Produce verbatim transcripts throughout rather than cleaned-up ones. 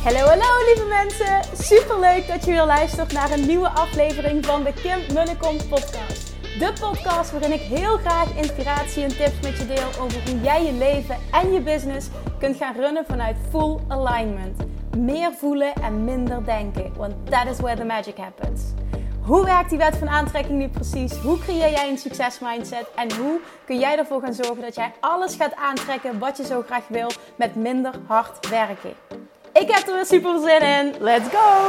Hallo, hallo lieve mensen! Superleuk dat je weer luistert naar een nieuwe aflevering van de Kim Munnekom podcast. De podcast waarin ik heel graag inspiratie en tips met je deel over hoe jij je leven en je business kunt gaan runnen vanuit full alignment. Meer voelen en minder denken, want that is where the magic happens. Hoe werkt die wet van aantrekking nu precies? Hoe creëer jij een succesmindset? En hoe kun jij ervoor gaan zorgen dat jij alles gaat aantrekken wat je zo graag wil met minder hard werken? Ik heb er weer super zin in. Let's go!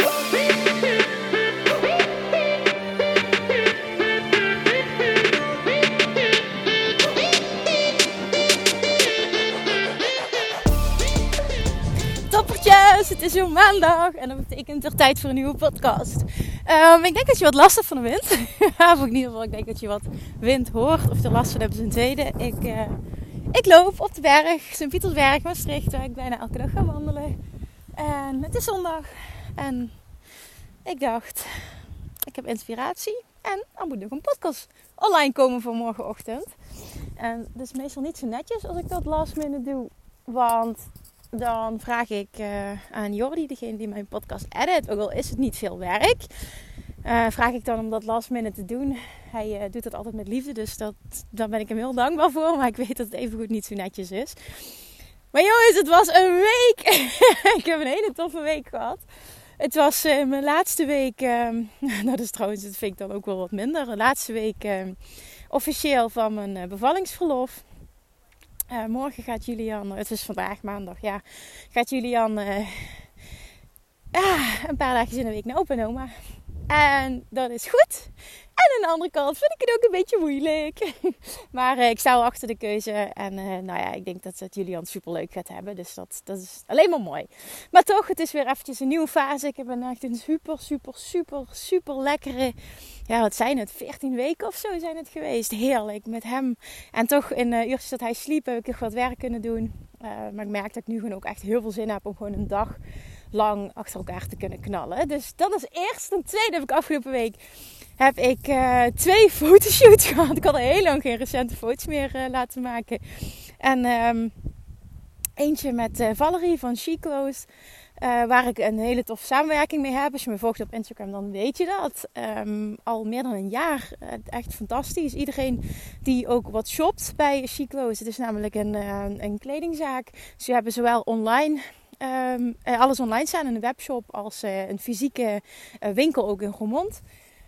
Toppertjes, het is weer maandag en dat betekent er tijd voor een nieuwe podcast. Um, ik denk dat je wat last hebt van de wind. Of in ieder geval, ik denk dat je wat wind hoort of er last van hebt is een tweede. Ik, uh, ik loop op de berg, Sint-Pietersberg, Maastricht, waar ik bijna elke dag ga wandelen. En het is zondag en ik dacht, ik heb inspiratie en er moet nog een podcast online komen voor morgenochtend. En dat is meestal niet zo netjes als ik dat last minute doe, want dan vraag ik uh, aan Jordi, degene die mijn podcast edit, ook al is het niet veel werk, uh, vraag ik dan om dat last minute te doen. Hij uh, doet dat altijd met liefde, dus dat, daar ben ik hem heel dankbaar voor, maar ik weet dat het evengoed niet zo netjes is. Maar jongens, het was een week. Ik heb een hele toffe week gehad. Het was uh, mijn laatste week. Uh, nou, dat is trouwens, dat vind ik dan ook wel wat minder. De laatste week uh, officieel van mijn uh, bevallingsverlof. Uh, morgen gaat Julian, het is vandaag maandag, ja. Gaat Julian uh, uh, een paar dagen in de week naar opa en oma. En dat is goed. En aan de andere kant vind ik het ook een beetje moeilijk. Maar uh, ik sta wel achter de keuze. En uh, nou ja, ik denk dat het Julian super leuk gaat hebben. Dus dat, dat is alleen maar mooi. Maar toch, het is weer eventjes een nieuwe fase. Ik heb een, echt een super, super, super, super lekkere... Ja, wat zijn het? veertien weken of zo zijn het geweest. Heerlijk met hem. En toch in uh, uurtjes dat hij sliep heb ik nog wat werk kunnen doen. Uh, maar ik merk dat ik nu gewoon ook echt heel veel zin heb om gewoon een dag lang achter elkaar te kunnen knallen. Dus dat is eerst. Ten tweede heb ik afgelopen week heb ik uh, twee fotoshoots gehad. Ik had al heel lang geen recente foto's meer uh, laten maken. En um, eentje met uh, Valerie van She Clothes. Uh, waar ik een hele toffe samenwerking mee heb. Als je me volgt op Instagram, dan weet je dat. Um, al meer dan een jaar. Uh, echt fantastisch. Iedereen die ook wat shopt bij She Clothes. Het is namelijk een, uh, een kledingzaak. Ze hebben zowel online... Um, alles online staan in een webshop als uh, een fysieke uh, winkel ook in Roermond.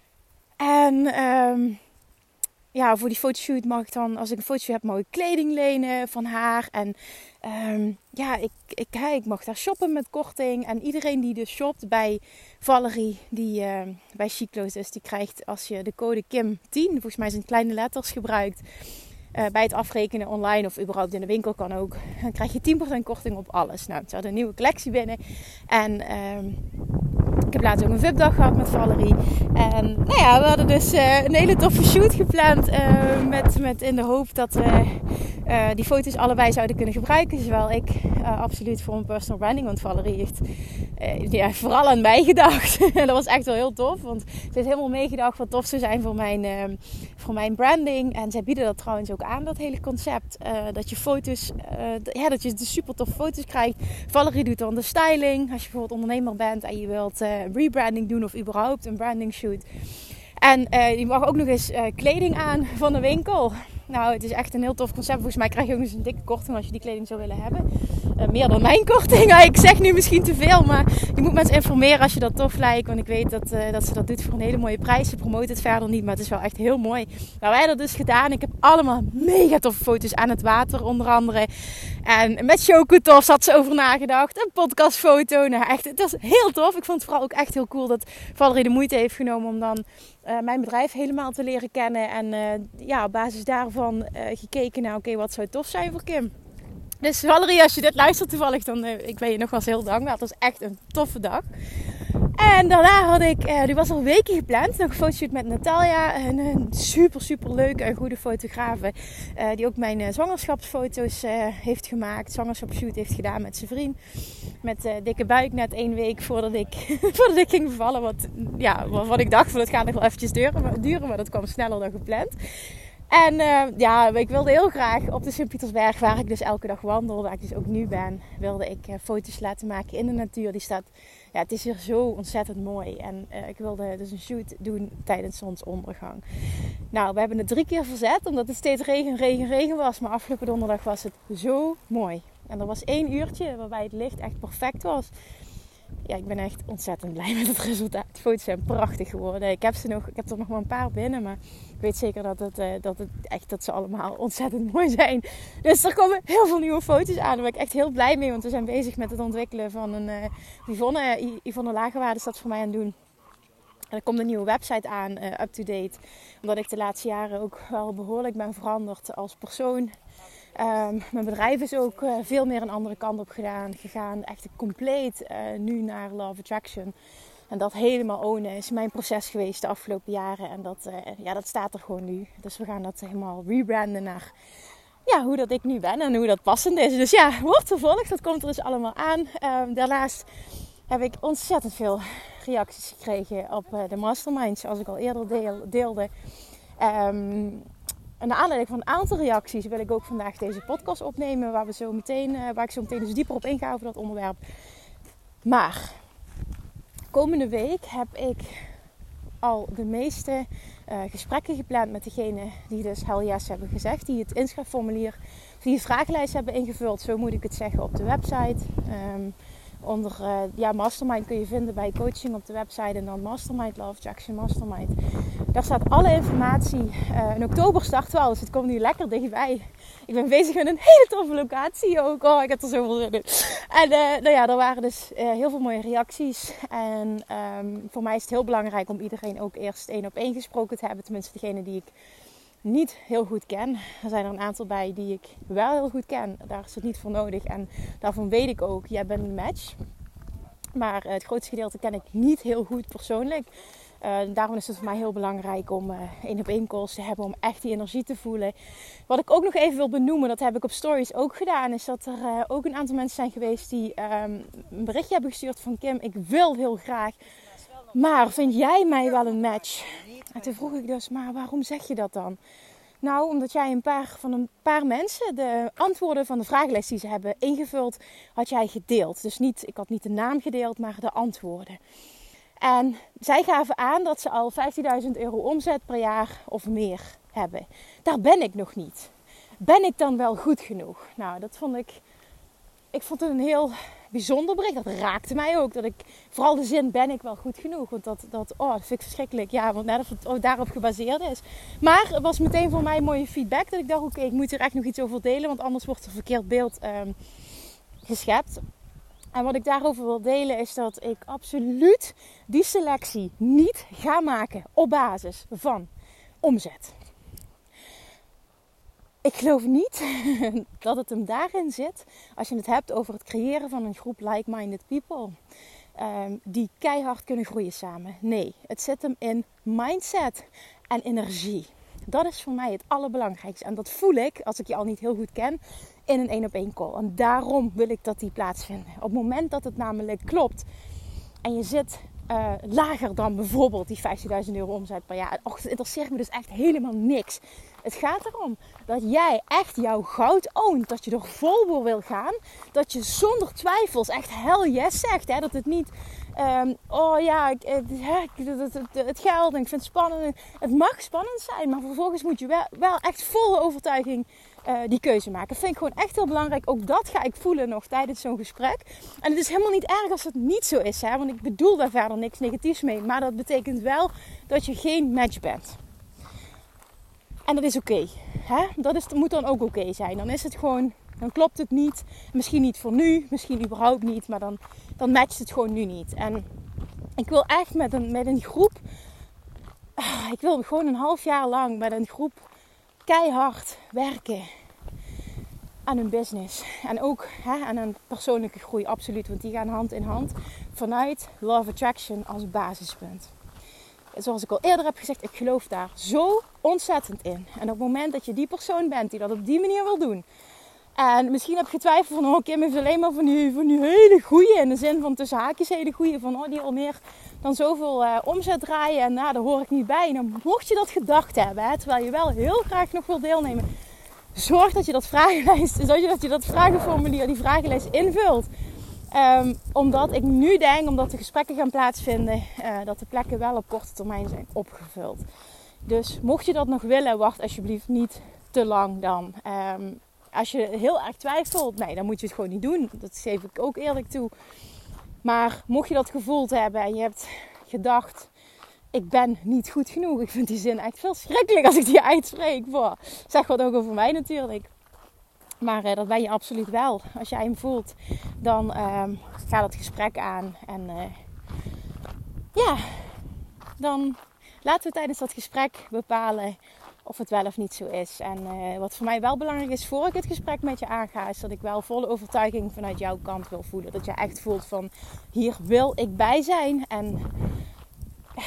En um, ja, voor die fotoshoot mag ik dan, als ik een fotoshoot heb, mag ik kleding lenen van haar. En um, ja, ik, ik, ik mag daar shoppen met korting. En iedereen die dus shopt bij Valerie, die uh, bij She Clothes is, die krijgt als je de code Kim tien, volgens mij zijn kleine letters gebruikt, Uh, bij het afrekenen online of überhaupt in de winkel kan ook. Dan krijg je tien procent korting op alles. Nou, ze hadden een nieuwe collectie binnen. En uh, ik heb laatst ook een V I P-dag gehad met Valerie. En nou ja, we hadden dus uh, een hele toffe shoot gepland. Uh, met, met in de hoop dat we uh, die foto's allebei zouden kunnen gebruiken. Zowel ik uh, absoluut voor mijn personal branding. Want Valerie heeft uh, ja, vooral aan mij gedacht. En dat was echt wel heel tof. Want ze heeft helemaal meegedacht wat tof zou zijn voor mijn, uh, voor mijn branding. En zij bieden dat trouwens ook aan, dat hele concept. Uh, dat je foto's, uh, d- ja, dat je de super tof foto's krijgt. Valerie doet dan de styling. Als je bijvoorbeeld ondernemer bent en je wilt uh, rebranding doen of überhaupt een branding shoot. En uh, je mag ook nog eens uh, kleding aan van de winkel. Nou, het is echt een heel tof concept. Volgens mij krijg je ook eens een dikke korting als je die kleding zou willen hebben. Uh, meer dan mijn korting. Nou, ik zeg nu misschien te veel, maar je moet mensen informeren als je dat tof lijkt. Want ik weet dat, uh, dat ze dat doet voor een hele mooie prijs. Ze promoot het verder niet, maar het is wel echt heel mooi. Nou, wij hebben dat dus gedaan. Ik heb allemaal mega toffe foto's aan het water, onder andere. En met Chocotof had ze over nagedacht. Een podcastfoto. Nou, echt, het was heel tof. Ik vond het vooral ook echt heel cool dat Valerie de moeite heeft genomen om dan uh, mijn bedrijf helemaal te leren kennen. En uh, ja, op basis daarvan uh, gekeken naar, oké, okay, wat zou tof zijn voor Kim? Dus Valerie, als je dit luistert toevallig, dan uh, ik ben je nogmaals heel dankbaar. Het was echt een toffe dag. En daarna had ik, uh, die was al weken gepland, nog een fotoshoot met Natalia. Een, een super, super leuke en goede fotografe. Uh, die ook mijn uh, zwangerschapsfoto's uh, heeft gemaakt. Zwangerschapsshoot heeft gedaan met zijn vriend. Met uh, dikke buik net één week voordat ik, voordat ik ging bevallen. Wat, ja, wat ik dacht, van, dat gaat nog wel eventjes duren, duren, maar dat kwam sneller dan gepland. En uh, ja, ik wilde heel graag op de Sint-Pietersberg, waar ik dus elke dag wandel, waar ik dus ook nu ben, wilde ik uh, foto's laten maken in de natuur. Die staat, ja, het is hier zo ontzettend mooi. En uh, ik wilde dus een shoot doen tijdens zonsondergang. Nou, we hebben het drie keer verzet, omdat het steeds regen, regen, regen was. Maar afgelopen donderdag was het zo mooi. En er was één uurtje waarbij het licht echt perfect was. Ja, ik ben echt ontzettend blij met het resultaat. De foto's zijn prachtig geworden. Ik heb, ze nog, ik heb er nog maar een paar binnen, maar ik weet zeker dat, het, uh, dat, het echt, dat ze allemaal ontzettend mooi zijn. Dus er komen heel veel nieuwe foto's aan. Daar ben ik echt heel blij mee, want we zijn bezig met het ontwikkelen van een... Uh, Yvonne, Yvonne Lagerwaarde is dat voor mij aan het doen. Er komt een nieuwe website aan, uh, up-to-date. Omdat ik de laatste jaren ook wel behoorlijk ben veranderd als persoon. Um, mijn bedrijf is ook uh, veel meer een andere kant op gedaan, gegaan. Echt compleet uh, nu naar Law of Attraction. En dat helemaal ownen is mijn proces geweest de afgelopen jaren. En dat, uh, ja, dat staat er gewoon nu. Dus we gaan dat helemaal rebranden naar ja, hoe dat ik nu ben en hoe dat passend is. Dus ja, wordt vervolgd. Dat komt er dus allemaal aan. Um, daarnaast heb ik ontzettend veel reacties gekregen op uh, de masterminds, zoals ik al eerder deel, deelde. Um, En naar aanleiding van een aantal reacties wil ik ook vandaag deze podcast opnemen. Waar, we zo meteen, uh, waar ik zo meteen dus dieper op inga over dat onderwerp. Maar komende week heb ik al de meeste uh, gesprekken gepland met degenen die dus hell yes hebben gezegd. Die het inschrijfformulier, die de vragenlijst hebben ingevuld. Zo moet ik het zeggen op de website. Um, Onder uh, ja, Mastermind kun je vinden bij coaching op de website. En dan Mastermind, Law of Attraction Mastermind. Daar staat alle informatie. Uh, in oktober starten we al, dus het komt nu lekker dichtbij. Ik ben bezig met een hele toffe locatie ook. Oh, ik heb er zoveel zin in. En uh, nou ja, er waren dus uh, heel veel mooie reacties. En um, voor mij is het heel belangrijk om iedereen ook eerst één op één gesproken te hebben. Tenminste, degene die ik niet heel goed ken. Er zijn er een aantal bij die ik wel heel goed ken. Daar is het niet voor nodig. En daarvan weet ik ook, jij bent een match. Maar uh, het grootste gedeelte ken ik niet heel goed persoonlijk. Uh, daarom is het voor mij heel belangrijk om uh, één op één calls te hebben. Om echt die energie te voelen. Wat ik ook nog even wil benoemen, dat heb ik op stories ook gedaan. Is dat er uh, ook een aantal mensen zijn geweest die um, een berichtje hebben gestuurd van Kim, ik wil heel graag. Maar vind jij mij wel een match? En toen vroeg ik dus, maar waarom zeg je dat dan? Nou, omdat jij een paar van een paar mensen de antwoorden van de vragenlijst die ze hebben ingevuld, had jij gedeeld. Dus niet, ik had niet de naam gedeeld, maar de antwoorden. En zij gaven aan dat ze al vijftienduizend euro omzet per jaar of meer hebben. Daar ben ik nog niet. Ben ik dan wel goed genoeg? Nou, dat vond ik... Ik vond het een heel bijzonder bericht. Dat raakte mij ook. Dat ik, vooral de zin, ben ik wel goed genoeg? Want dat, dat, oh, dat vind ik verschrikkelijk. Ja, want net of het oh, daarop gebaseerd is. Maar het was meteen voor mij mooie feedback. Dat ik dacht, oké, okay, ik moet er echt nog iets over delen. Want anders wordt er verkeerd beeld um, geschept. En wat ik daarover wil delen is dat ik absoluut die selectie niet ga maken op basis van omzet. Ik geloof niet dat het hem daarin zit, als je het hebt over het creëren van een groep like-minded people. Um, die keihard kunnen groeien samen. Nee, het zit hem in mindset en energie. Dat is voor mij het allerbelangrijkste. En dat voel ik, als ik je al niet heel goed ken, in een één op één call. En daarom wil ik dat die plaatsvinden. Op het moment dat het namelijk klopt en je zit uh, lager dan bijvoorbeeld die vijftienduizend euro omzet per jaar. Och, het interesseert me dus echt helemaal niks. Het gaat erom dat jij echt jouw goud ownt. Dat je er vol voor wil gaan. Dat je zonder twijfels echt hell yes zegt. Hè? Dat het niet, um, oh ja, ik, het, het, het, het geld en ik vind het spannend. Het mag spannend zijn, maar vervolgens moet je wel, wel echt volle overtuiging uh, die keuze maken. Dat vind ik gewoon echt heel belangrijk. Ook dat ga ik voelen nog tijdens zo'n gesprek. En het is helemaal niet erg als het niet zo is. Hè? Want ik bedoel daar verder niks negatiefs mee. Maar dat betekent wel dat je geen match bent. En dat is oké. Okay, dat, dat moet dan ook oké okay zijn. Dan is het gewoon, dan klopt het niet. Misschien niet voor nu, misschien überhaupt niet. Maar dan, dan matcht het gewoon nu niet. En ik wil echt met een, met een groep... Ik wil gewoon een half jaar lang met een groep keihard werken aan hun business. En ook hè, aan een persoonlijke groei, absoluut. Want die gaan hand in hand vanuit Law of Attraction als basispunt. Zoals ik al eerder heb gezegd, ik geloof daar zo ontzettend in. En op het moment dat je die persoon bent die dat op die manier wil doen. En misschien heb je getwijfeld van, oh Kim heeft alleen maar van die, van die hele goeie. In de zin van tussen haakjes hele goeie. Van oh, die al meer dan zoveel uh, omzet draaien en nou, daar hoor ik niet bij. En dan mocht je dat gedacht hebben, hè, terwijl je wel heel graag nog wil deelnemen, zorg dat je dat vragenlijst, dat je dat, je dat vragenformulier, die vragenlijst invult. Um, omdat ik nu denk, omdat de gesprekken gaan plaatsvinden, uh, dat de plekken wel op korte termijn zijn opgevuld. Dus mocht je dat nog willen, wacht alsjeblieft niet te lang dan. Um, als je heel erg twijfelt, nee, dan moet je het gewoon niet doen. Dat geef ik ook eerlijk toe. Maar mocht je dat gevoeld hebben en je hebt gedacht, ik ben niet goed genoeg. Ik vind die zin echt verschrikkelijk als ik die uitspreek. Boah, zeg wat ook over mij natuurlijk. Maar uh, dat ben je absoluut wel. Als jij hem voelt, dan uh, ga dat gesprek aan. En uh, ja, dan laten we tijdens dat gesprek bepalen of het wel of niet zo is. En uh, wat voor mij wel belangrijk is, voor ik het gesprek met je aanga, is dat ik wel volle overtuiging vanuit jouw kant wil voelen. Dat je echt voelt van, hier wil ik bij zijn. En uh,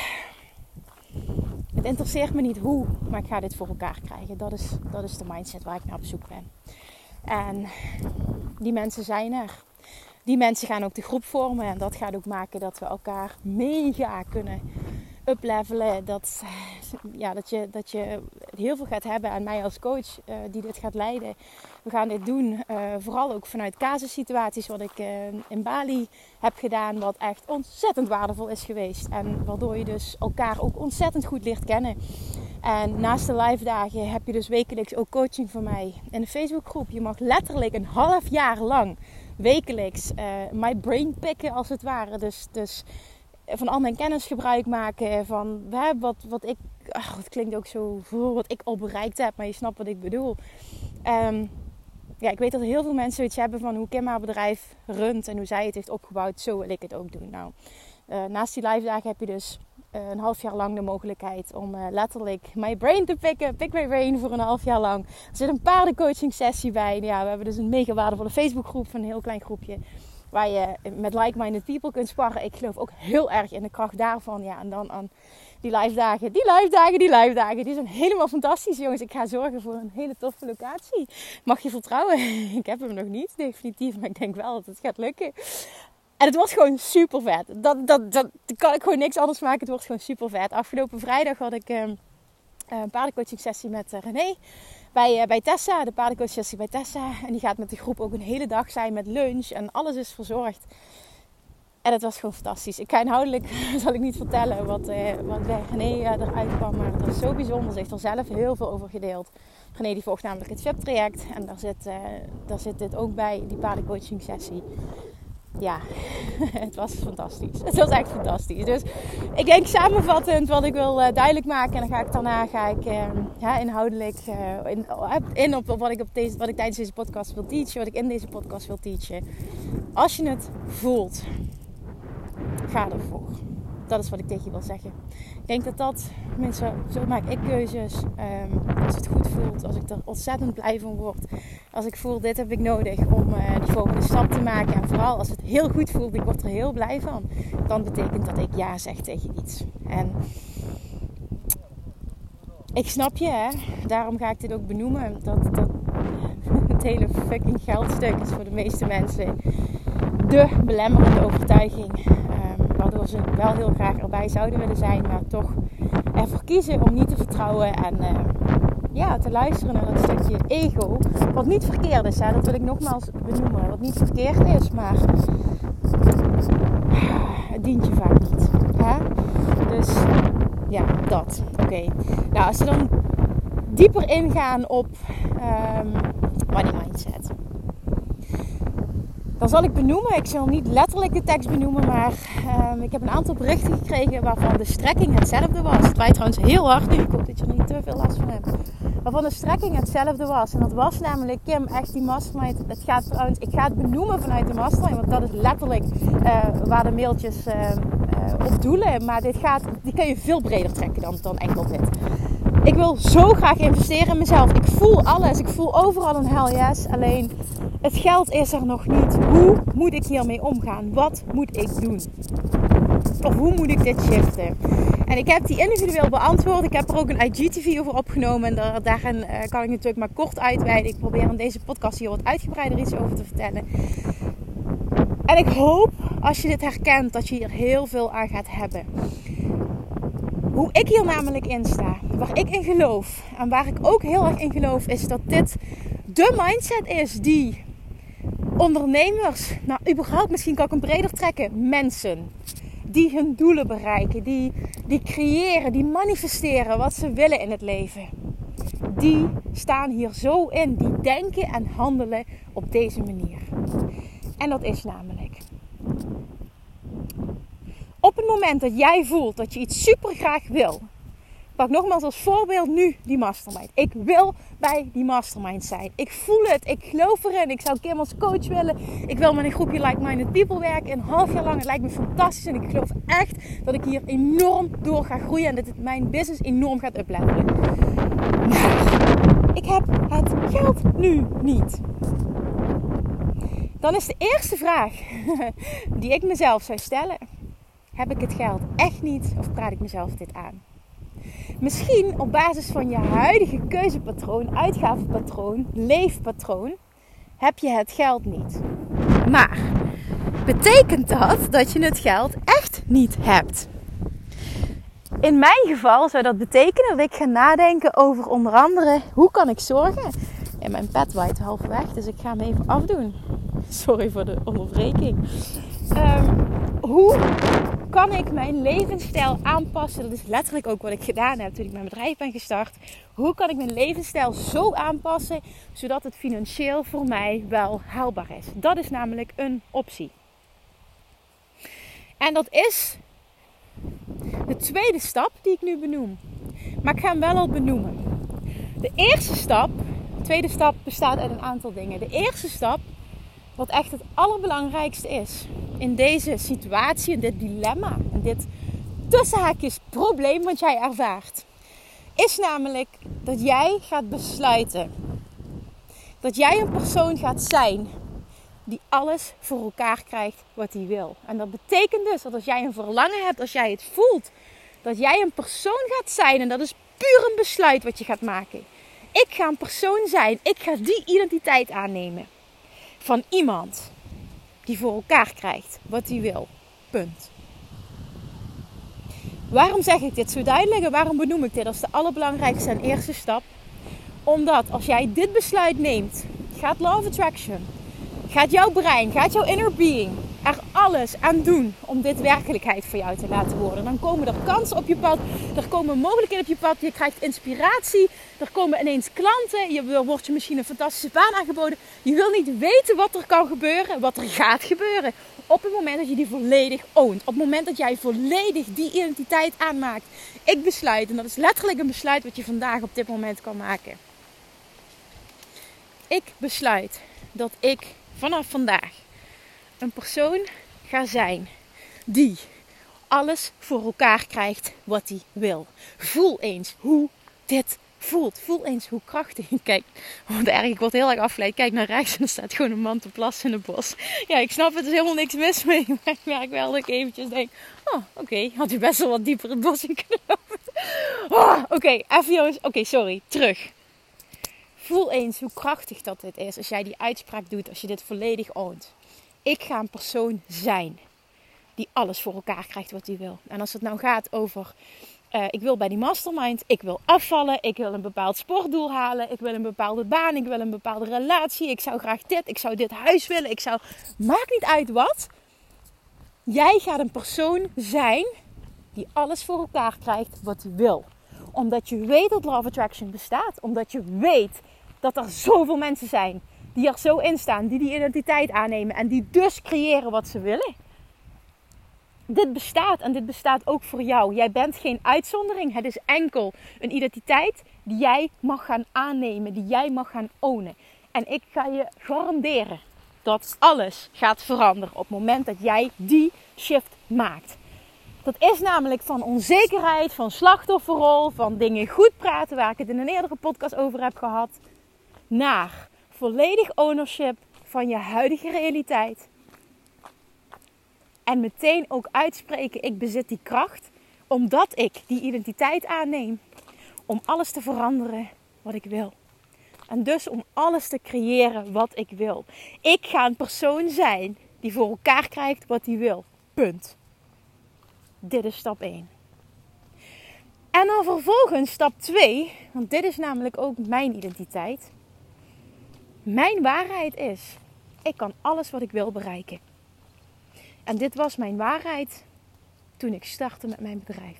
het interesseert me niet hoe, maar ik ga dit voor elkaar krijgen. Dat is, dat is de mindset waar ik naar op zoek ben. En die mensen zijn er. Die mensen gaan ook de groep vormen. En dat gaat ook maken dat we elkaar mega kunnen uplevelen. Dat, ja, dat, je, dat je heel veel gaat hebben aan mij als coach uh, die dit gaat leiden. We gaan dit doen. Uh, vooral ook vanuit casussituaties wat ik uh, in Bali heb gedaan. Wat echt ontzettend waardevol is geweest. En waardoor je dus elkaar ook ontzettend goed leert kennen. En naast de live dagen heb je dus wekelijks ook coaching van mij in de Facebookgroep. Je mag letterlijk een half jaar lang wekelijks uh, my brain picken als het ware. Dus, dus van al mijn kennis gebruik maken. Van hè, wat, wat ik, ach, het klinkt ook zo voor wat ik al bereikt heb. Maar je snapt wat ik bedoel. Um, ja, ik weet dat heel veel mensen iets hebben van hoe Kim haar bedrijf runt. En hoe zij het heeft opgebouwd. Zo wil ik het ook doen. Nou, uh, naast die live dagen heb je dus Uh, een half jaar lang de mogelijkheid om uh, letterlijk my brain te pikken. Pick my brain voor een half jaar lang. Er zit een paardencoaching sessie bij. Ja, we hebben dus een mega waardevolle Facebookgroep van een heel klein groepje. Waar je met like-minded people kunt sparren. Ik geloof ook heel erg in de kracht daarvan. Ja, en dan aan die live dagen. Die live dagen, die live dagen. Die zijn helemaal fantastisch, jongens. Ik ga zorgen voor een hele toffe locatie. Mag je vertrouwen? Ik heb hem nog niet, definitief. Maar ik denk wel dat het gaat lukken. En het wordt gewoon super vet. Dat, dat, dat kan ik gewoon niks anders maken. Het wordt gewoon super vet. Afgelopen vrijdag had ik um, een paardencoaching sessie met uh, René. Bij, uh, bij Tessa. De paardencoaching sessie bij Tessa. En die gaat met de groep ook een hele dag zijn met lunch. En alles is verzorgd. En het was gewoon fantastisch. Ik ga inhoudelijk, zal ik niet vertellen wat, uh, wat bij René uh, eruit kwam. Maar het was zo bijzonder. Ze heeft er zelf heel veel over gedeeld. René die volgt namelijk het V I P-traject. En daar zit, uh, daar zit dit ook bij. Die paardencoaching sessie. Ja, het was fantastisch. Het was echt fantastisch. Dus ik denk samenvattend wat ik wil uh, duidelijk maken. En dan ga ik daarna ga ik uh, ja, inhoudelijk uh, in, in op wat ik, op deze, wat ik tijdens deze podcast wil teachen. Wat ik in deze podcast wil teachen. Als je het voelt, ga ervoor. Dat is wat ik tegen je wil zeggen. Ik denk dat dat, mensen, zo maak ik keuzes. Um, als het goed voelt, als ik er ontzettend blij van word. Als ik voel, dit heb ik nodig om uh, die volgende stap te maken. En vooral als het heel goed voelt, ik word er heel blij van. Dan betekent dat ik ja zeg tegen iets. En ik snap je, hè. Daarom ga ik dit ook benoemen. Dat, dat het hele fucking geldstuk is voor de meeste mensen de belemmerende overtuiging. Waardoor ze wel heel graag erbij zouden willen zijn, maar toch ervoor kiezen om niet te vertrouwen en uh, ja, te luisteren naar dat stukje ego. Wat niet verkeerd is, hè? Dat wil ik nogmaals benoemen. Wat niet verkeerd is, maar het dient je vaak niet. Hè? Dus ja, dat. Oké. Okay. Nou, als we dan dieper ingaan op um, money mindset. Dan zal ik benoemen, ik zal niet letterlijk de tekst benoemen, maar um, ik heb een aantal berichten gekregen waarvan de strekking hetzelfde was. Het waait trouwens heel hard nu, ik hoop dat je er niet te veel last van hebt. Waarvan de strekking hetzelfde was. En dat was namelijk, Kim, echt die mastermind. Het gaat trouwens, ik ga het benoemen vanuit de mastermind, want dat is letterlijk uh, waar de mailtjes uh, uh, op doelen. Maar dit gaat, die kun je veel breder trekken dan, dan enkel dit. Ik wil zo graag investeren in mezelf. Ik voel alles, ik voel overal een hell yes. Alleen, het geld is er nog niet. Hoe moet ik hiermee omgaan? Wat moet ik doen? Of hoe moet ik dit shiften? En ik heb die individueel beantwoord. Ik heb er ook een I G T V over opgenomen. En daar, daarin uh, kan ik natuurlijk maar kort uitweiden. Ik probeer in deze podcast hier wat uitgebreider iets over te vertellen. En ik hoop, als je dit herkent, dat je hier heel veel aan gaat hebben. Hoe ik hier namelijk in sta, waar ik in geloof en waar ik ook heel erg in geloof, is dat dit de mindset is die ondernemers, nou überhaupt misschien kan ik hem breder trekken, mensen die hun doelen bereiken, die, die creëren, die manifesteren wat ze willen in het leven. Die staan hier zo in, die denken en handelen op deze manier. En dat is namelijk, op het moment dat jij voelt dat je iets super graag wil. Pak nogmaals als voorbeeld nu die mastermind. Ik wil bij die mastermind zijn. Ik voel het, ik geloof erin. Ik zou Kim als coach willen. Ik wil met een groepje like-minded people werken. Een half jaar lang, het lijkt me fantastisch. En ik geloof echt dat ik hier enorm door ga groeien. En dat het mijn business enorm gaat uplevelen. Maar ik heb het geld nu niet. Dan is de eerste vraag die ik mezelf zou stellen. Heb ik het geld echt niet of praat ik mezelf dit aan? Misschien op basis van je huidige keuzepatroon, uitgavenpatroon, leefpatroon, heb je het geld niet. Maar betekent dat dat je het geld echt niet hebt? In mijn geval zou dat betekenen dat ik ga nadenken over onder andere hoe kan ik zorgen. En mijn pet waait halverwege, dus ik ga hem even afdoen. Sorry voor de onderbreking. Um, hoe kan ik mijn levensstijl aanpassen? Dat is letterlijk ook wat ik gedaan heb toen ik mijn bedrijf ben gestart. Hoe kan ik mijn levensstijl zo aanpassen, zodat het financieel voor mij wel haalbaar is? Dat is namelijk een optie. En dat is de tweede stap die ik nu benoem. Maar ik ga hem wel al benoemen. De eerste stap, de tweede stap bestaat uit een aantal dingen. De eerste stap, wat echt het allerbelangrijkste is in deze situatie, in dit dilemma, in dit tussenhaakjes probleem wat jij ervaart, is namelijk dat jij gaat besluiten. Dat jij een persoon gaat zijn die alles voor elkaar krijgt wat hij wil. En dat betekent dus dat als jij een verlangen hebt, als jij het voelt, dat jij een persoon gaat zijn. En dat is puur een besluit wat je gaat maken. Ik ga een persoon zijn. Ik ga die identiteit aannemen. Van iemand die voor elkaar krijgt wat hij wil. Punt. Waarom zeg ik dit zo duidelijk en waarom benoem ik dit als de allerbelangrijkste en eerste stap? Omdat als jij dit besluit neemt, gaat Law of Attraction, gaat jouw brein, gaat jouw inner being er alles aan doen om dit werkelijkheid voor jou te laten worden. Dan komen er kansen op je pad, er komen mogelijkheden op je pad, je krijgt inspiratie, er komen ineens klanten, je wordt je misschien een fantastische baan aangeboden. Je wil niet weten wat er kan gebeuren, wat er gaat gebeuren. Op het moment dat je die volledig oont, op het moment dat jij volledig die identiteit aanmaakt. Ik besluit, en dat is letterlijk een besluit wat je vandaag op dit moment kan maken. Ik besluit dat ik vanaf vandaag een persoon ga zijn die alles voor elkaar krijgt wat hij wil. Voel eens hoe dit voelt. Voel eens hoe krachtig. Kijk, want erg, ik word heel erg afgeleid. Kijk naar rechts en er staat gewoon een man te plassen in het bos. Ja, ik snap het, er is helemaal niks mis mee. Maar ik merk wel dat ik eventjes denk, oh, oké, okay, had u best wel wat dieper het bos in kunnen lopen. Oh, oké, okay, even jongens. Oké, okay, sorry, terug. Voel eens hoe krachtig dat dit is als jij die uitspraak doet, als je dit volledig oont. Ik ga een persoon zijn die alles voor elkaar krijgt wat hij wil. En als het nou gaat over, uh, ik wil bij die mastermind, ik wil afvallen, ik wil een bepaald sportdoel halen, ik wil een bepaalde baan, ik wil een bepaalde relatie, ik zou graag dit, ik zou dit huis willen, ik zou, maakt niet uit wat. Jij gaat een persoon zijn die alles voor elkaar krijgt wat hij wil. Omdat je weet dat Law of Attraction bestaat, omdat je weet dat er zoveel mensen zijn die er zo in staan, die die identiteit aannemen en die dus creëren wat ze willen. Dit bestaat en dit bestaat ook voor jou. Jij bent geen uitzondering. Het is enkel een identiteit die jij mag gaan aannemen, die jij mag gaan ownen. En ik ga je garanderen dat alles gaat veranderen op het moment dat jij die shift maakt. Dat is namelijk van onzekerheid, van slachtofferrol, van dingen goed praten, waar ik het in een eerdere podcast over heb gehad, naar volledig ownership van je huidige realiteit. En meteen ook uitspreken, ik bezit die kracht, omdat ik die identiteit aanneem. Om alles te veranderen wat ik wil. En dus om alles te creëren wat ik wil. Ik ga een persoon zijn die voor elkaar krijgt wat hij wil. Punt. Dit is stap één. En dan vervolgens stap twee, want dit is namelijk ook mijn identiteit. Mijn waarheid is, ik kan alles wat ik wil bereiken. En dit was mijn waarheid toen ik startte met mijn bedrijf.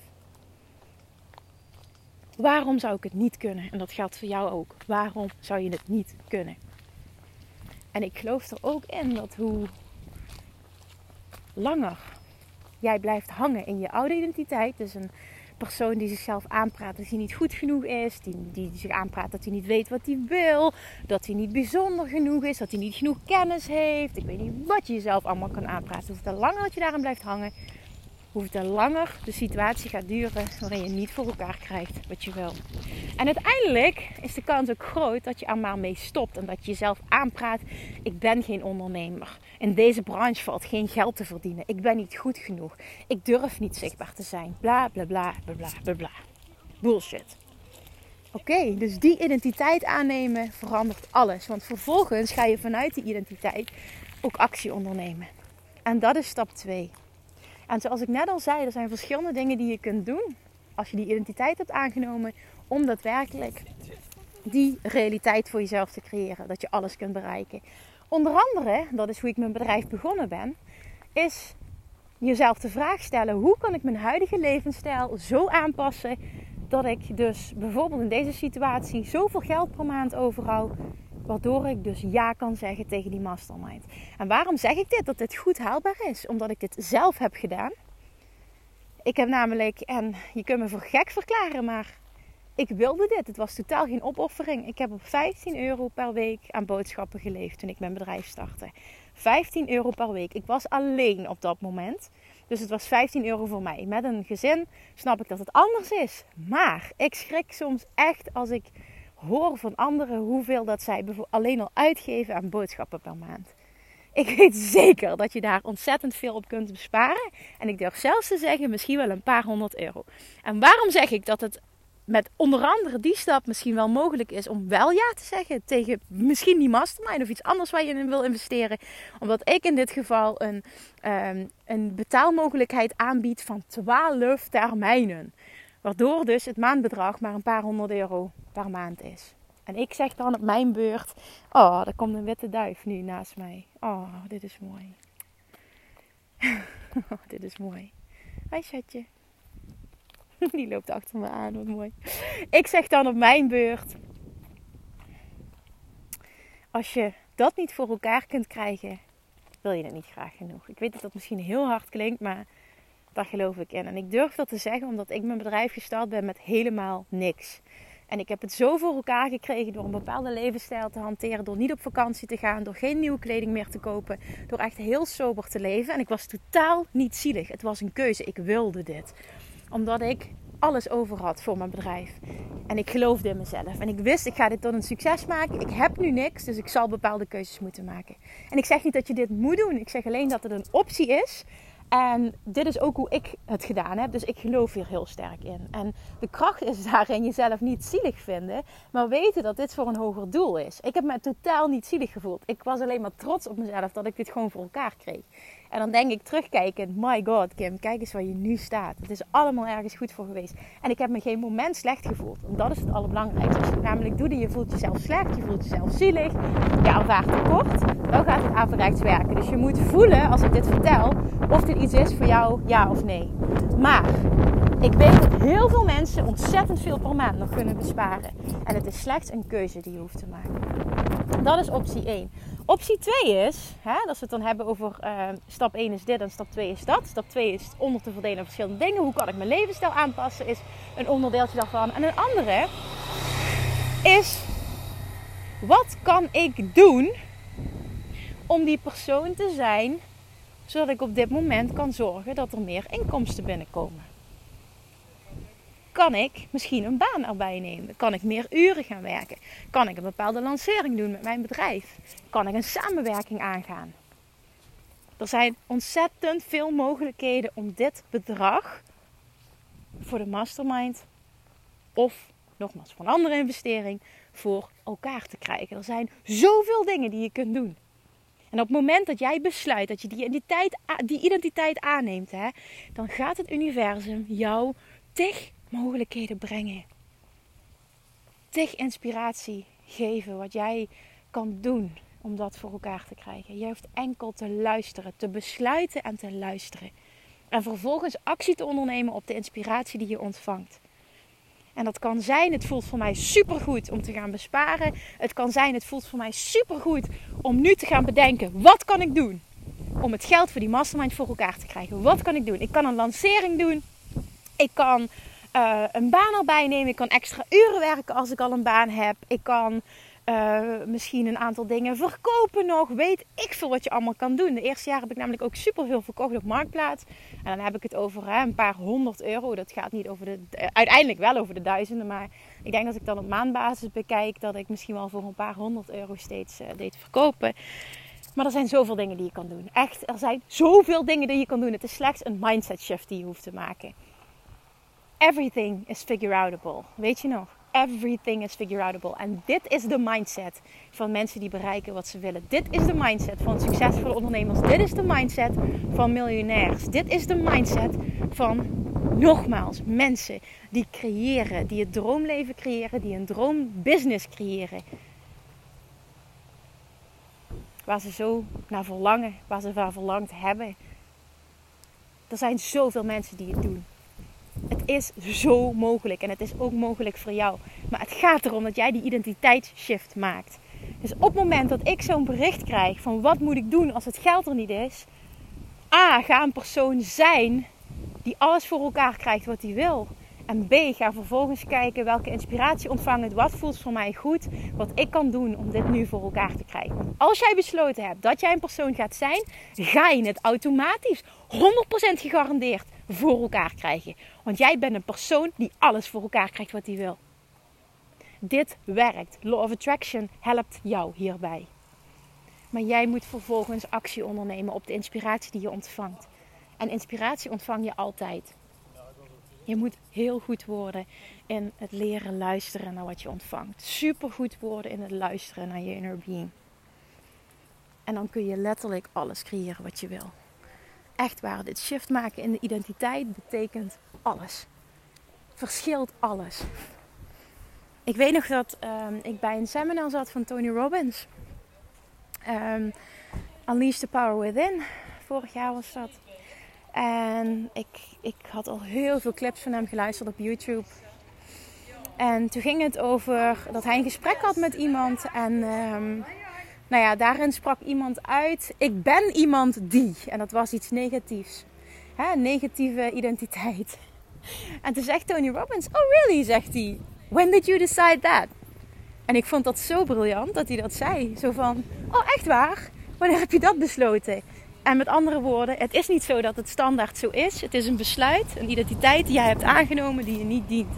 Waarom zou ik het niet kunnen? En dat geldt voor jou ook. Waarom zou je het niet kunnen? En ik geloof er ook in dat hoe langer jij blijft hangen in je oude identiteit, dus een persoon die zichzelf aanpraat dat hij niet goed genoeg is, die, die zich aanpraat dat hij niet weet wat hij wil, dat hij niet bijzonder genoeg is, dat hij niet genoeg kennis heeft. Ik weet niet wat je jezelf allemaal kan aanpraten. Hoeveel langer dat je daarin blijft hangen, hoeveel langer de situatie gaat duren waarin je niet voor elkaar krijgt wat je wil. En uiteindelijk is de kans ook groot dat je er maar mee stopt en dat je jezelf aanpraat: ik ben geen ondernemer. In deze branche valt geen geld te verdienen. Ik ben niet goed genoeg. Ik durf niet zichtbaar te zijn. Bla bla bla bla bla bla. Bullshit. Oké, okay, dus die identiteit aannemen verandert alles. Want vervolgens ga je vanuit die identiteit ook actie ondernemen. En dat is stap twee. En zoals ik net al zei, er zijn verschillende dingen die je kunt doen als je die identiteit hebt aangenomen om daadwerkelijk die realiteit voor jezelf te creëren. Dat je alles kunt bereiken. Onder andere, dat is hoe ik mijn bedrijf begonnen ben, is jezelf de vraag stellen: hoe kan ik mijn huidige levensstijl zo aanpassen dat ik dus bijvoorbeeld in deze situatie zoveel geld per maand overhoud, waardoor ik dus ja kan zeggen tegen die mastermind. En waarom zeg ik dit? Dat dit goed haalbaar is. Omdat ik dit zelf heb gedaan. Ik heb namelijk, en je kunt me voor gek verklaren, maar ik wilde dit. Het was totaal geen opoffering. Ik heb op vijftien euro per week aan boodschappen geleefd toen ik mijn bedrijf startte. vijftien euro per week. Ik was alleen op dat moment. Dus het was vijftien euro voor mij. Met een gezin snap ik dat het anders is. Maar ik schrik soms echt als ik hoor van anderen hoeveel dat zij alleen al uitgeven aan boodschappen per maand. Ik weet zeker dat je daar ontzettend veel op kunt besparen. En ik durf zelfs te zeggen, misschien wel een paar honderd euro. En waarom zeg ik dat het met onder andere die stap misschien wel mogelijk is om wel ja te zeggen tegen misschien die mastermind of iets anders waar je in wil investeren? Omdat ik in dit geval een, um, een betaalmogelijkheid aanbied van twaalf termijnen. Waardoor dus het maandbedrag maar een paar honderd euro per maand is. En ik zeg dan op mijn beurt: oh, er komt een witte duif nu naast mij. Oh, dit is mooi. Dit is mooi. Hoi schatje. Die loopt achter me aan, wat mooi. Ik zeg dan op mijn beurt: als je dat niet voor elkaar kunt krijgen, wil je het niet graag genoeg. Ik weet dat dat misschien heel hard klinkt, maar daar geloof ik in. En ik durf dat te zeggen omdat ik mijn bedrijf gestart ben met helemaal niks. En ik heb het zo voor elkaar gekregen door een bepaalde levensstijl te hanteren. Door niet op vakantie te gaan. Door geen nieuwe kleding meer te kopen. Door echt heel sober te leven. En ik was totaal niet zielig. Het was een keuze. Ik wilde dit. Omdat ik alles over had voor mijn bedrijf. En ik geloofde in mezelf. En ik wist, ik ga dit tot een succes maken. Ik heb nu niks. Dus ik zal bepaalde keuzes moeten maken. En ik zeg niet dat je dit moet doen. Ik zeg alleen dat het een optie is. En dit is ook hoe ik het gedaan heb. Dus ik geloof hier heel sterk in. En de kracht is daarin jezelf niet zielig vinden. Maar weten dat dit voor een hoger doel is. Ik heb me totaal niet zielig gevoeld. Ik was alleen maar trots op mezelf dat ik dit gewoon voor elkaar kreeg. En dan denk ik terugkijkend: my god Kim, kijk eens waar je nu staat. Het is allemaal ergens goed voor geweest. En ik heb me geen moment slecht gevoeld. En dat is het allerbelangrijkste. Als je het namelijk doet en je voelt jezelf slecht, je voelt jezelf zielig, je ervaart tekort, dan gaat het averechts werken. Dus je moet voelen, als ik dit vertel, of dit iets is voor jou, ja of nee. Maar ik weet dat heel veel mensen ontzettend veel per maand nog kunnen besparen. En het is slechts een keuze die je hoeft te maken. Dat is optie één. Optie twee is, hè, als we het dan hebben over uh, stap één is dit en stap twee is dat. Stap twee is onder te verdelen in verschillende dingen. Hoe kan ik mijn levensstijl aanpassen, is een onderdeeltje daarvan. En een andere is: wat kan ik doen om die persoon te zijn, zodat ik op dit moment kan zorgen dat er meer inkomsten binnenkomen? Kan ik misschien een baan erbij nemen? Kan ik meer uren gaan werken? Kan ik een bepaalde lancering doen met mijn bedrijf? Kan ik een samenwerking aangaan? Er zijn ontzettend veel mogelijkheden om dit bedrag voor de mastermind of nogmaals voor een andere investering voor elkaar te krijgen. Er zijn zoveel dingen die je kunt doen. En op het moment dat jij besluit dat je die identiteit, die identiteit aanneemt, hè, dan gaat het universum jou tig mogelijkheden brengen. Tig inspiratie geven wat jij kan doen om dat voor elkaar te krijgen. Je hoeft enkel te luisteren, te besluiten en te luisteren. En vervolgens actie te ondernemen op de inspiratie die je ontvangt. En dat kan zijn, het voelt voor mij supergoed om te gaan besparen. Het kan zijn, het voelt voor mij supergoed om nu te gaan bedenken, wat kan ik doen om het geld voor die mastermind voor elkaar te krijgen? Wat kan ik doen? Ik kan een lancering doen. Ik kan uh, een baan erbij nemen. Ik kan extra uren werken als ik al een baan heb. Ik kan uh, misschien een aantal dingen verkopen nog. Weet ik veel wat je allemaal kan doen. De eerste jaar heb ik namelijk ook superveel verkocht op Marktplaats. En dan heb ik het over hè, een paar honderd euro. Dat gaat niet over de... Uh, uiteindelijk wel over de duizenden. Maar ik denk dat ik dan op maandbasis bekijk dat ik misschien wel voor een paar honderd euro steeds uh, deed verkopen. Maar er zijn zoveel dingen die je kan doen. Echt, er zijn zoveel dingen die je kan doen. Het is slechts een mindset shift die je hoeft te maken. Everything is figure-outable. Weet je nog? Everything is figure-outable. En dit is de mindset van mensen die bereiken wat ze willen. Dit is de mindset van succesvolle ondernemers. Dit is de mindset van miljonairs. Dit is de mindset van, nogmaals, mensen die creëren. Die het droomleven creëren. Die een droombusiness creëren. Waar ze zo naar verlangen. Waar ze naar verlangd hebben. Er zijn zoveel mensen die het doen. Het is zo mogelijk en het is ook mogelijk voor jou. Maar het gaat erom dat jij die identiteitsshift maakt. Dus op het moment dat ik zo'n bericht krijg van wat moet ik doen als het geld er niet is. A, ga een persoon zijn die alles voor elkaar krijgt wat hij wil. En B, ga vervolgens kijken welke inspiratie ontvang ik. Wat voelt voor mij goed. Wat ik kan doen om dit nu voor elkaar te krijgen. Want als jij besloten hebt dat jij een persoon gaat zijn. Ga je het automatisch honderd procent gegarandeerd voor elkaar krijgen. Want jij bent een persoon die alles voor elkaar krijgt wat hij wil. Dit werkt. Law of Attraction helpt jou hierbij. Maar jij moet vervolgens actie ondernemen op de inspiratie die je ontvangt. En inspiratie ontvang je altijd. Je moet heel goed worden in het leren luisteren naar wat je ontvangt. Super goed worden in het luisteren naar je inner being. En dan kun je letterlijk alles creëren wat je wil. Echt waar, dit shift maken in de identiteit betekent alles. Verschilt alles. Ik weet nog dat um, ik bij een seminar zat van Tony Robbins. Um, Unleash the Power Within. Vorig jaar was dat. En ik, ik had al heel veel clips van hem geluisterd op YouTube. En toen ging het over dat hij een gesprek had met iemand. En um, nou ja, daarin sprak iemand uit. Ik ben iemand die. En dat was iets negatiefs. Hè, een negatieve identiteit. En toen zegt Tony Robbins. Oh really, zegt hij. When did you decide that? En ik vond dat zo briljant dat hij dat zei. Zo van, oh echt waar? Wanneer heb je dat besloten? En met andere woorden, het is niet zo dat het standaard zo is. Het is een besluit, een identiteit die jij hebt aangenomen die je niet dient.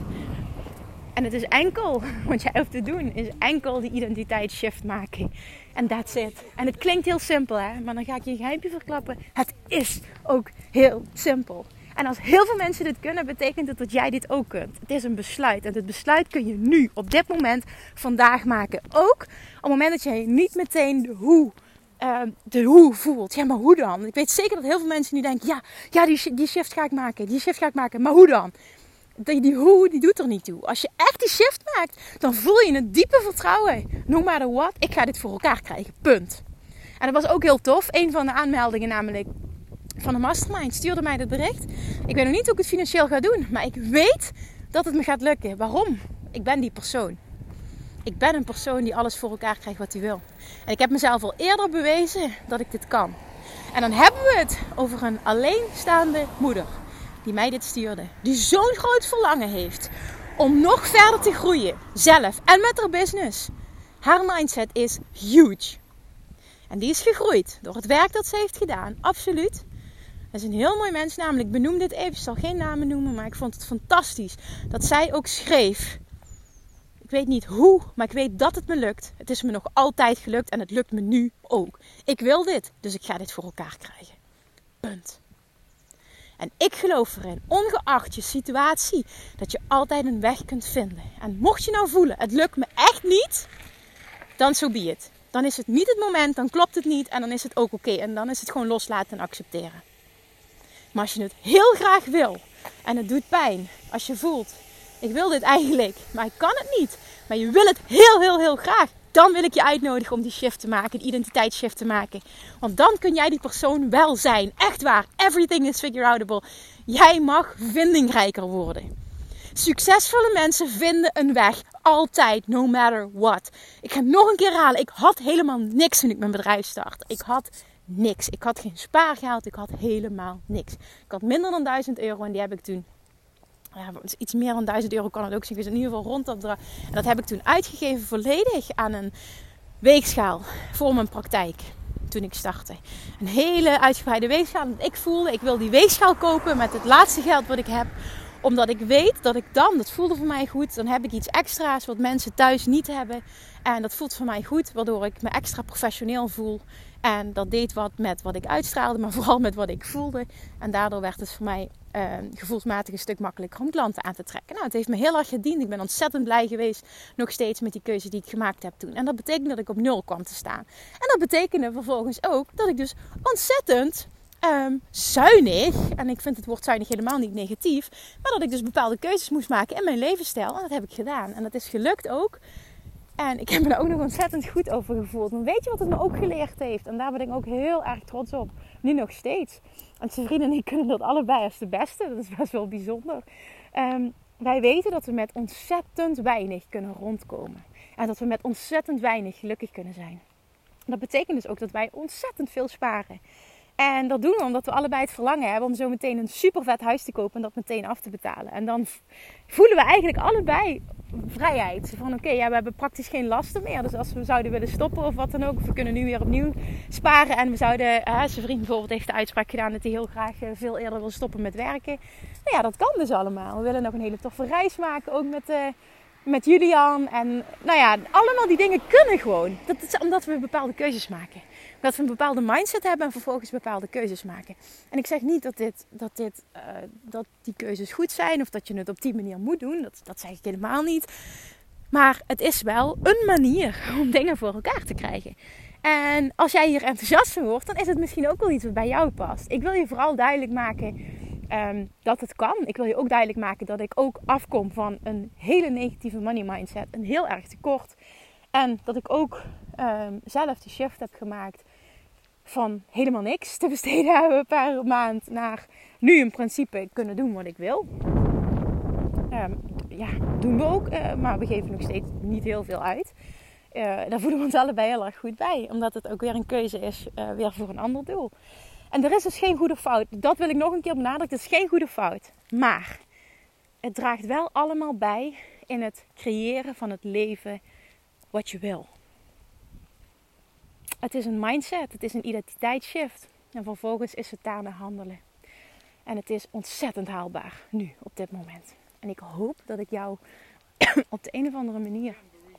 En het is enkel, wat jij hoeft te doen, is enkel die identiteitsshift maken. En that's it. En het klinkt heel simpel, hè? Maar dan ga ik je een geheimpje verklappen. Het is ook heel simpel. En als heel veel mensen dit kunnen, betekent het dat jij dit ook kunt. Het is een besluit. En het besluit kun je nu, op dit moment, vandaag maken. Ook op het moment dat jij niet meteen de hoe... Uh, de hoe voelt. Ja, maar hoe dan? Ik weet zeker dat heel veel mensen nu denken... Ja, ja die, die shift ga ik maken. Die shift ga ik maken. Maar hoe dan? Die, die hoe, die doet er niet toe. Als je echt die shift maakt... Dan voel je een diepe vertrouwen. No matter what. Ik ga dit voor elkaar krijgen. Punt. En dat was ook heel tof. Een van de aanmeldingen namelijk... Van de mastermind stuurde mij dat bericht. Ik weet nog niet hoe ik het financieel ga doen. Maar ik weet dat het me gaat lukken. Waarom? Ik ben die persoon. Ik ben een persoon die alles voor elkaar krijgt wat hij wil. En ik heb mezelf al eerder bewezen dat ik dit kan. En dan hebben we het over een alleenstaande moeder. Die mij dit stuurde. Die zo'n groot verlangen heeft. Om nog verder te groeien. Zelf en met haar business. Haar mindset is huge. En die is gegroeid door het werk dat ze heeft gedaan. Absoluut. Dat is een heel mooi mens. Namelijk, ik benoem dit even. Ik zal geen namen noemen. Maar ik vond het fantastisch. Dat zij ook schreef. Ik weet niet hoe, maar ik weet dat het me lukt. Het is me nog altijd gelukt en het lukt me nu ook. Ik wil dit, dus ik ga dit voor elkaar krijgen. Punt. En ik geloof erin, ongeacht je situatie, dat je altijd een weg kunt vinden. En mocht je nou voelen, het lukt me echt niet, dan so be it. dan is het niet het moment, dan klopt het niet en dan is het ook oké. En dan is het gewoon loslaten en accepteren. Maar als je het heel graag wil en het doet pijn, als je voelt, ik wil dit eigenlijk, maar ik kan het niet. Maar je wil het heel, heel, heel graag. Dan wil ik je uitnodigen om die shift te maken, die identiteitsshift te maken. Want dan kun jij die persoon wel zijn. Echt waar, everything is figure-outable. Jij mag vindingrijker worden. Succesvolle mensen vinden een weg. Altijd, no matter what. Ik ga het nog een keer herhalen. Ik had helemaal niks toen ik mijn bedrijf startte. Ik had niks. Ik had geen spaargeld. Ik had helemaal niks. Ik had minder dan duizend euro en die heb ik toen... Ja, iets meer dan duizend euro kan het ook zijn. Ik in ieder geval rond dat bedrag. En dat heb ik toen uitgegeven volledig aan een weegschaal voor mijn praktijk. Toen ik startte. Een hele uitgebreide weegschaal. Want ik voelde, ik wil die weegschaal kopen met het laatste geld wat ik heb. Omdat ik weet dat ik dan, dat voelde voor mij goed. Dan heb ik iets extra's wat mensen thuis niet hebben. En dat voelt voor mij goed. Waardoor ik me extra professioneel voel. En dat deed wat met wat ik uitstraalde. Maar vooral met wat ik voelde. En daardoor werd het voor mij uh, gevoelsmatig een stuk makkelijker om klanten aan te trekken. Nou, het heeft me heel erg gediend. Ik ben ontzettend blij geweest. Nog steeds met die keuze die ik gemaakt heb toen. En dat betekent dat ik op nul kwam te staan. En dat betekende vervolgens ook dat ik dus ontzettend... Um, zuinig, en ik vind het woord zuinig helemaal niet negatief, maar dat ik dus bepaalde keuzes moest maken in mijn levensstijl. En dat heb ik gedaan. En dat is gelukt ook. En ik heb me daar ook nog ontzettend goed over gevoeld. Maar weet je wat het me ook geleerd heeft? En daar ben ik ook heel erg trots op. Nu nog steeds. En zijn vrienden en ik kunnen dat allebei als de beste. Dat is best wel bijzonder. Um, wij weten dat we met ontzettend weinig kunnen rondkomen. En dat we met ontzettend weinig gelukkig kunnen zijn. Dat betekent dus ook dat wij ontzettend veel sparen. En dat doen we omdat we allebei het verlangen hebben om zo meteen een super vet huis te kopen en dat meteen af te betalen. En dan voelen we eigenlijk allebei vrijheid. Van oké, okay, ja, we hebben praktisch geen lasten meer. Dus als we zouden willen stoppen of wat dan ook, of we kunnen nu weer opnieuw sparen. En we zouden, uh, zijn vriend bijvoorbeeld heeft de uitspraak gedaan dat hij heel graag uh, veel eerder wil stoppen met werken. Nou ja, dat kan dus allemaal. We willen nog een hele toffe reis maken, ook met... Uh, Met Julian en nou ja, allemaal die dingen kunnen gewoon. Dat is omdat we bepaalde keuzes maken. Dat we een bepaalde mindset hebben en vervolgens bepaalde keuzes maken. En ik zeg niet dat, dit, dat, dit, uh, dat die keuzes goed zijn of dat je het op die manier moet doen. Dat, dat zeg ik helemaal niet. Maar het is wel een manier om dingen voor elkaar te krijgen. En als jij hier enthousiast van wordt, dan is het misschien ook wel iets wat bij jou past. Ik wil je vooral duidelijk maken... Um, dat het kan. Ik wil je ook duidelijk maken dat ik ook afkom van een hele negatieve money mindset. Een heel erg tekort. En dat ik ook um, zelf die shift heb gemaakt van helemaal niks te besteden hebben per maand naar nu in principe kunnen doen wat ik wil. Um, ja, doen we ook. Uh, maar we geven nog steeds niet heel veel uit. Uh, daar voelen we ons allebei heel erg goed bij. Omdat het ook weer een keuze is uh, weer voor een ander doel. En er is dus geen goede fout. Dat wil ik nog een keer benadrukken. Het is geen goede fout. Maar het draagt wel allemaal bij in het creëren van het leven wat je wil. Het is een mindset. Het is een identiteitsshift. En vervolgens is het daarna handelen. En het is ontzettend haalbaar nu, op dit moment. En ik hoop dat ik jou op de een of andere manier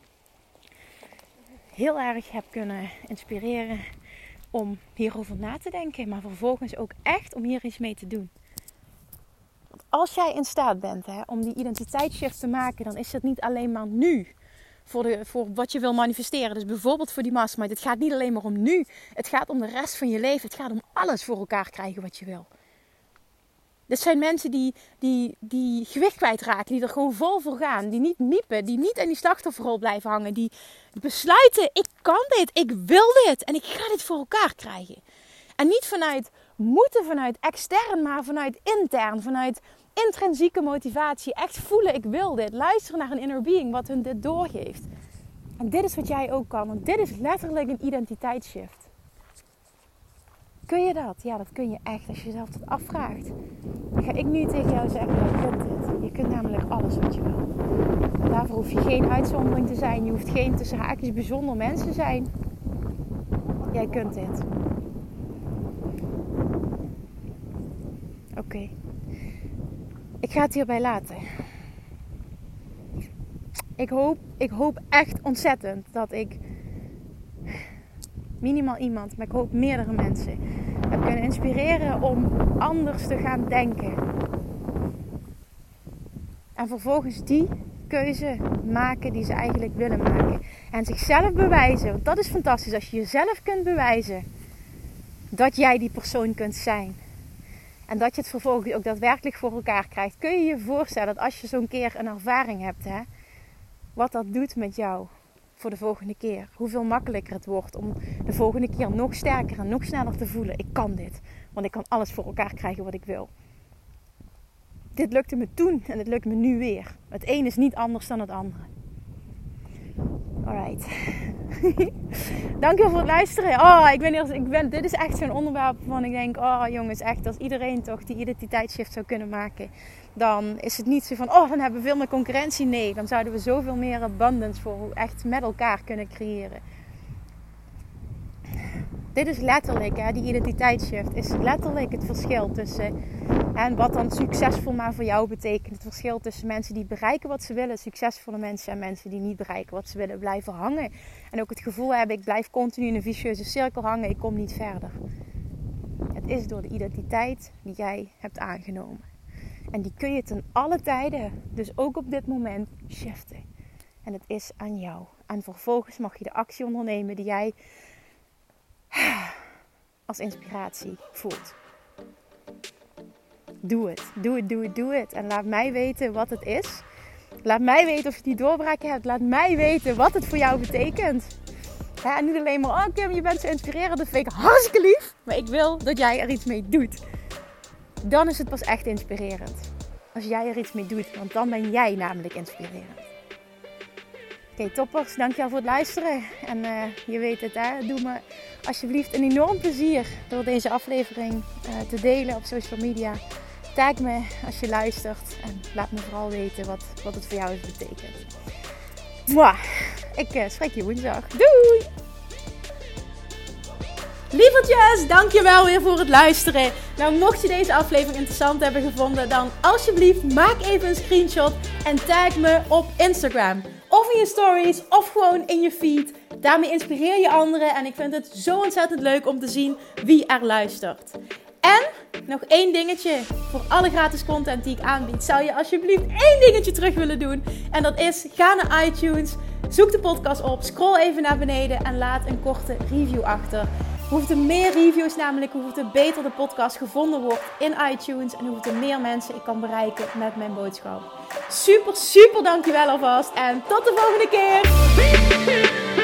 heel erg heb kunnen inspireren om hierover na te denken, maar vervolgens ook echt om hier iets mee te doen. Want als jij in staat bent hè, om die identiteitsshift te maken, dan is het niet alleen maar nu voor, de, voor wat je wil manifesteren. Dus bijvoorbeeld voor die mastermind. Het gaat niet alleen maar om nu. Het gaat om de rest van je leven. Het gaat om alles voor elkaar krijgen wat je wil. Dit zijn mensen die, die, die gewicht kwijtraken, die er gewoon vol voor gaan. Die niet miepen, die niet in die slachtofferrol blijven hangen. Die besluiten, ik kan dit, ik wil dit en ik ga dit voor elkaar krijgen. En niet vanuit moeten, vanuit extern, maar vanuit intern, vanuit intrinsieke motivatie. Echt voelen, ik wil dit. Luisteren naar een inner being wat hun dit doorgeeft. En dit is wat jij ook kan, want dit is letterlijk een identiteitsshift. Kun je dat? Ja, dat kun je echt als je jezelf dat afvraagt. Dan ga ik nu tegen jou zeggen, je kunt dit. Je kunt namelijk alles wat je wil. En daarvoor hoef je geen uitzondering te zijn. Je hoeft geen tussen haakjes bijzonder mens te zijn. Jij kunt dit. Oké. Okay. Ik ga het hierbij laten. Ik hoop, ik hoop echt ontzettend dat ik minimaal iemand, maar ik hoop meerdere mensen heb kunnen inspireren om anders te gaan denken. En vervolgens die keuze maken die ze eigenlijk willen maken. En zichzelf bewijzen. Want dat is fantastisch. Als je jezelf kunt bewijzen dat jij die persoon kunt zijn. En dat je het vervolgens ook daadwerkelijk voor elkaar krijgt. Kun je je voorstellen dat als je zo'n keer een ervaring hebt. Hè, wat dat doet met jou voor de volgende keer. Hoeveel makkelijker het wordt om de volgende keer nog sterker en nog sneller te voelen. Ik kan dit. Want ik kan alles voor elkaar krijgen wat ik wil. Dit lukte me toen en het lukt me nu weer. Het een is niet anders dan het andere. Alright. Dankjewel voor het luisteren. Oh, ik ben hier, ik ben, dit is echt zo'n onderwerp waarvan ik denk... Oh jongens, echt, als iedereen toch die identiteitsshift zou kunnen maken... Dan is het niet zo van... Oh, dan hebben we veel meer concurrentie. Nee, dan zouden we zoveel meer abundance voor echt met elkaar kunnen creëren. Dit is letterlijk, hè, die identiteitsshift is letterlijk het verschil tussen... En wat dan succesvol maar voor jou betekent. Het verschil tussen mensen die bereiken wat ze willen, succesvolle mensen, en mensen die niet bereiken wat ze willen, blijven hangen. En ook het gevoel hebben, ik blijf continu in een vicieuze cirkel hangen, ik kom niet verder. Het is door de identiteit die jij hebt aangenomen. En die kun je ten alle tijden, dus ook op dit moment, shiften. En het is aan jou. En vervolgens mag je de actie ondernemen die jij als inspiratie voelt. Doe het. Doe het, doe het, doe het. En laat mij weten wat het is. Laat mij weten of je die doorbraken hebt. Laat mij weten wat het voor jou betekent. Ja, en niet alleen maar, oh Kim, je bent zo inspirerend. Dat vind ik hartstikke lief. Maar ik wil dat jij er iets mee doet. Dan is het pas echt inspirerend. Als jij er iets mee doet. Want dan ben jij namelijk inspirerend. Oké, okay, toppers. Dankjewel voor het luisteren. En uh, je weet het, hè. Doe me alsjeblieft een enorm plezier door deze aflevering uh, te delen op social media. Tag me als je luistert. En laat me vooral weten wat, wat het voor jou heeft betekend. Mwah. Ik uh, spreek je woensdag. Doei! Lievertjes, dankjewel weer voor het luisteren. Nou, mocht je deze aflevering interessant hebben gevonden, dan alsjeblieft maak even een screenshot en tag me op Instagram. Of in je stories, of gewoon in je feed. Daarmee inspireer je anderen en ik vind het zo ontzettend leuk om te zien wie er luistert. En nog één dingetje voor alle gratis content die ik aanbied. Zou je alsjeblieft één dingetje terug willen doen? En dat is, ga naar iTunes, zoek de podcast op, scroll even naar beneden en laat een korte review achter. Hoeveel meer reviews namelijk, hoeveel beter de podcast gevonden wordt in iTunes. En hoeveel meer mensen ik kan bereiken met mijn boodschap. Super, super dankjewel alvast. En tot de volgende keer.